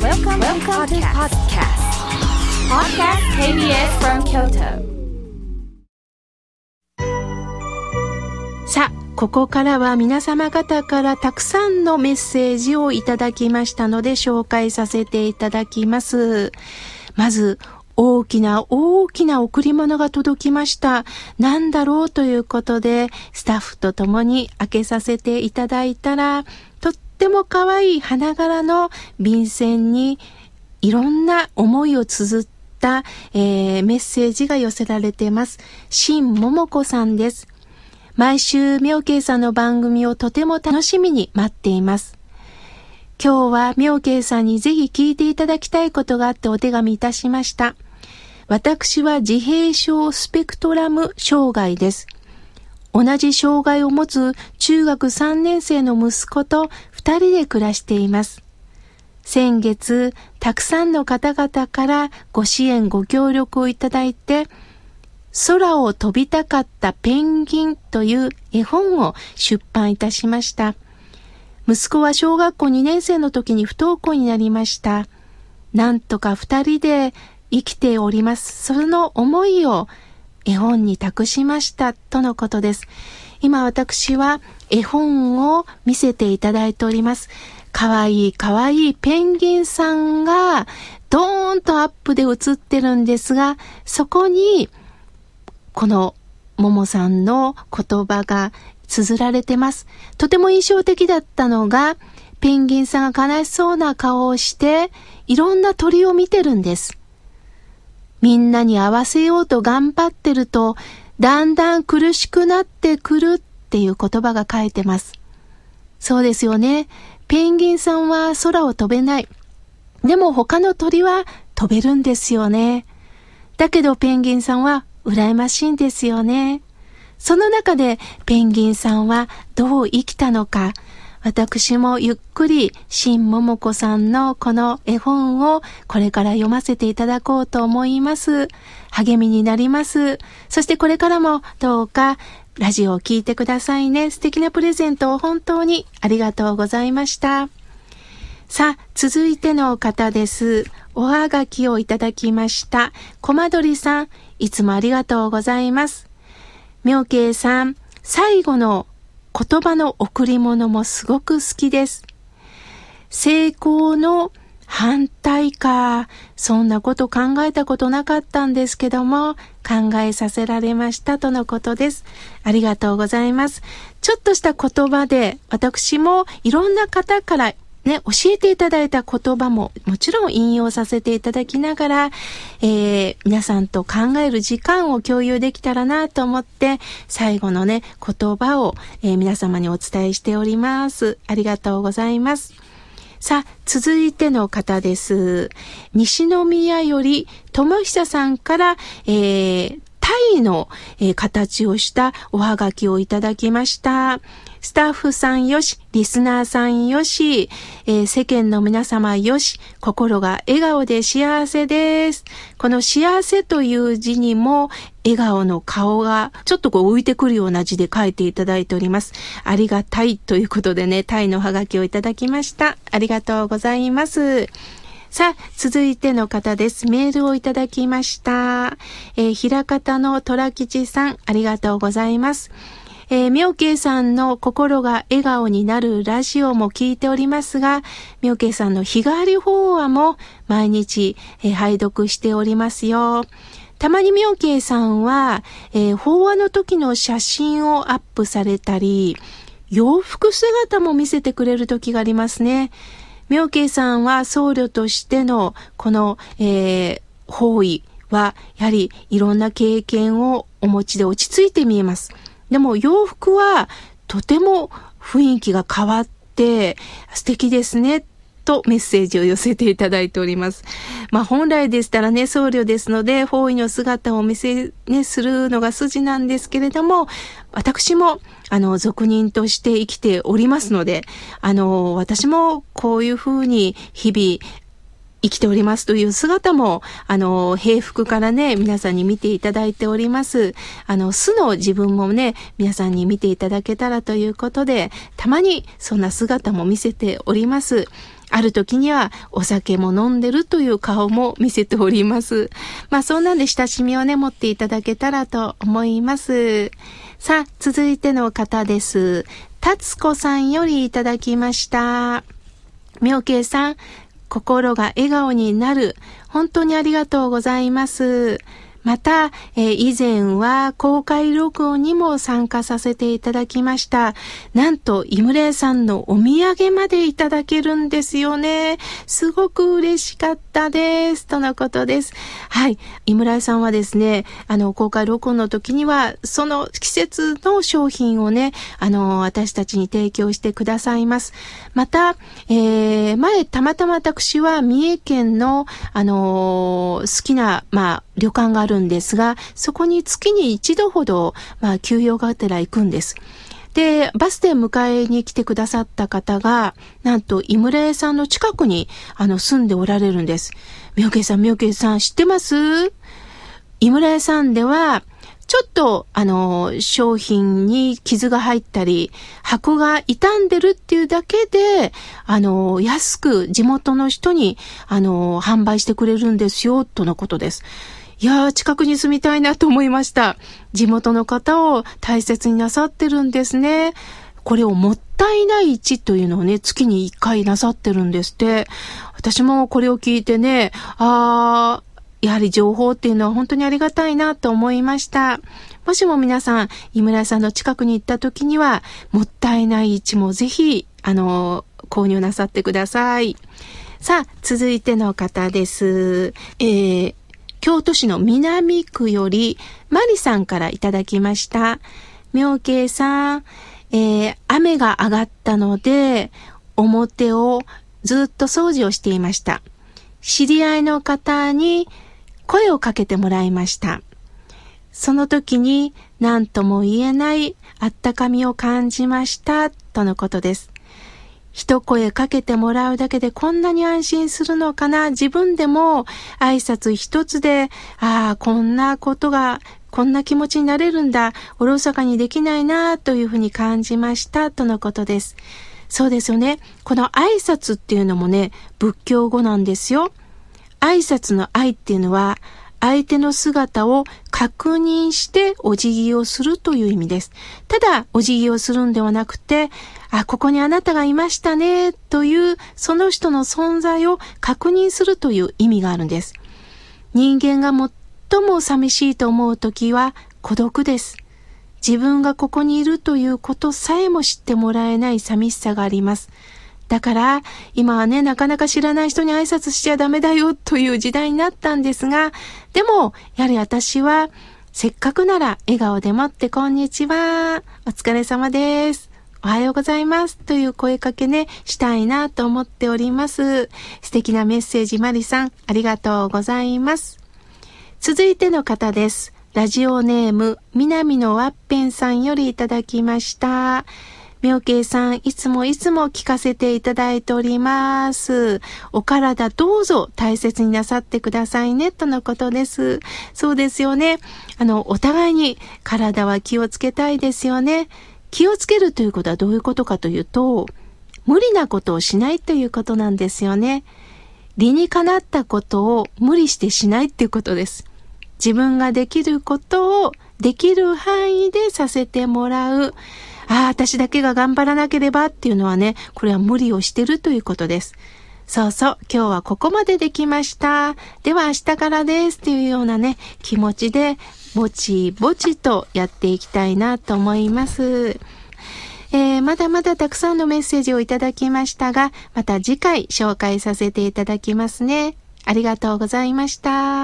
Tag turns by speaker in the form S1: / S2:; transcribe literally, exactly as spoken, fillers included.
S1: Welcome, Welcome to podcast. Podcast ケービーエス from Kyoto.
S2: さあ、ここからは皆様方からたくさんのメッセージをいただきましたので紹介させていただきます。まず、大きな大きな贈り物が届きました。なんだろうということで、スタッフと共に開けさせていただいたら、とっても可愛い花柄の便箋にいろんな思いを綴った、えー、メッセージが寄せられています。新桃子さんです。毎週妙慶さんの番組をとても楽しみに待っています。今日は妙慶さんにぜひ聞いていただきたいことがあってお手紙いたしました。私は自閉症スペクトラム障害です。同じ障害を持つ中学さんねん生の息子と二人で暮らしています。先月、たくさんの方々からご支援ご協力をいただいて、空を飛びたかったペンギンという絵本を出版いたしました。息子は小学校にねん生の時に不登校になりました。なんとか二人で生きております。その思いを絵本に託しましたとのことです。今私は絵本を見せていただいております。かわいいかわいいペンギンさんがドーンとアップで写ってるんですが、そこにこのももさんの言葉が綴られてます。とても印象的だったのが、ペンギンさんが悲しそうな顔をしていろんな鳥を見てるんです。みんなに合わせようと頑張ってると、だんだん苦しくなってくるっていう言葉が書いてます。そうですよね。ペンギンさんは空を飛べない。でも他の鳥は飛べるんですよね。だけどペンギンさんは羨ましいんですよね。その中でペンギンさんはどう生きたのか、私もゆっくり新桃子さんのこの絵本をこれから読ませていただこうと思います。励みになります。そしてこれからもどうかラジオを聞いてくださいね。素敵なプレゼントを本当にありがとうございました。さあ、続いての方です。おはがきをいただきました。こまどりさん、いつもありがとうございます。妙慶さん、最後の言葉の贈り物もすごく好きです。成功の反対か。そんなこと考えたことなかったんですけども、考えさせられましたとのことです。ありがとうございます。ちょっとした言葉で、私もいろんな方からね、教えていただいた言葉ももちろん引用させていただきながら、えー、皆さんと考える時間を共有できたらなと思って、最後のね、言葉を、えー、皆様にお伝えしております。ありがとうございます。さあ、続いての方です。西宮より友久さんから、えー、タイの、えー、形をしたおはがきをいただきました。スタッフさんよし、リスナーさんよし、えー、世間の皆様よし、心が笑顔で幸せです。この幸せという字にも笑顔の顔がちょっとこう浮いてくるような字で書いていただいております。ありがたいということでね、タイのハガキをいただきました。ありがとうございます。さあ、続いての方です。メールをいただきました。えー、平方の虎吉さん、ありがとうございます。えー、妙慶さんの心が笑顔になるラジオも聞いておりますが、妙慶さんの日替わり法話も毎日、えー、拝読しておりますよ。たまに妙慶さんは、えー、法話の時の写真をアップされたり、洋服姿も見せてくれる時がありますね。妙慶さんは僧侶としてのこの、えー、法医はやはりいろんな経験をお持ちで落ち着いて見えます。でも洋服はとても雰囲気が変わって素敵ですねとメッセージを寄せていただいております。まあ本来でしたらね、僧侶ですので法衣の姿をお見せ、ね、するのが筋なんですけれども、私もあの俗人として生きておりますので、あの私もこういうふうに日々生きておりますという姿も、あの、平服からね、皆さんに見ていただいております。あの、素の自分もね、皆さんに見ていただけたらということで、たまにそんな姿も見せております。 ある時にはお酒も飲んでるという顔も見せております。まあそんなんで親しみをね、持っていただけたらと思います。さあ、続いての方です。たつこさんよりいただきました。妙慶さん、心が笑顔になる。本当にありがとうございます。また、えー、以前は公開録音にも参加させていただきました。なんと、井村屋さんのお土産までいただけるんですよね。すごく嬉しかったです。とのことです。はい。井村屋さんはですね、あの、公開録音の時には、その季節の商品をね、あの、私たちに提供してくださいます。また、えー、前、たまたま私は三重県の、あのー、好きな、まあ、旅館があるんですが、そこに月に一度ほど、まあ、休養がてら行くんです。で、バスで迎えに来てくださった方が、なんと、井村屋さんの近くに、あの、住んでおられるんです。妙慶さん、妙慶さん、知ってます？井村屋さんでは、ちょっと、あの、商品に傷が入ったり、箱が傷んでるっていうだけで、あの、安く地元の人に、あの、販売してくれるんですよ、とのことです。いやー、近くに住みたいなと思いました。地元の方を大切になさってるんですね。これをもったいない市というのをね、月にいっかいなさってるんですって。私もこれを聞いてね、あー、やはり情報っていうのは本当にありがたいなと思いました。もしも皆さん、井村屋さんの近くに行った時には、もったいない市もぜひ、あの、購入なさってください。さあ、続いての方です。えー、京都市の南区より、マリさんからいただきました。妙慶さん、えー、雨が上がったので、表をずっと掃除をしていました。知り合いの方に声をかけてもらいました。その時に何とも言えないあったかみを感じましたとのことです。一声かけてもらうだけでこんなに安心するのかな。自分でも挨拶一つで、ああ、こんなことが、こんな気持ちになれるんだ。おろそかにできないなというふうに感じましたとのことです。そうですよね。この挨拶っていうのもね、仏教語なんですよ。挨拶の愛っていうのは、相手の姿を確認してお辞儀をするという意味です。ただお辞儀をするんではなくて、あ、ここにあなたがいましたねというその人の存在を確認するという意味があるんです。人間が最も寂しいと思うときは孤独です。自分がここにいるということさえも知ってもらえない寂しさがあります。だから今はね、なかなか知らない人に挨拶しちゃダメだよという時代になったんですが、でもやはり私はせっかくなら笑顔でもってこんにちは、お疲れ様です、おはようございますという声かけね、したいなと思っております。素敵なメッセージ、マリさんありがとうございます。続いての方です。ラジオネーム南のワッペンさんよりいただきました。妙慶さん、いつもいつも聞かせていただいております。お体どうぞ大切になさってくださいねとのことです。そうですよね。あのお互いに体は気をつけたいですよね。気をつけるということはどういうことかというと、無理なことをしないということなんですよね。理にかなったことを無理してしないっていうことです。自分ができることをできる範囲でさせてもらう。ああ、私だけが頑張らなければっていうのはね、これは無理をしてるということです。そうそう、今日はここまでできました。では明日からですっていうようなね、気持ちでぼちぼちとやっていきたいなと思います。えー、まだまだたくさんのメッセージをいただきましたが、また次回紹介させていただきますね。ありがとうございました。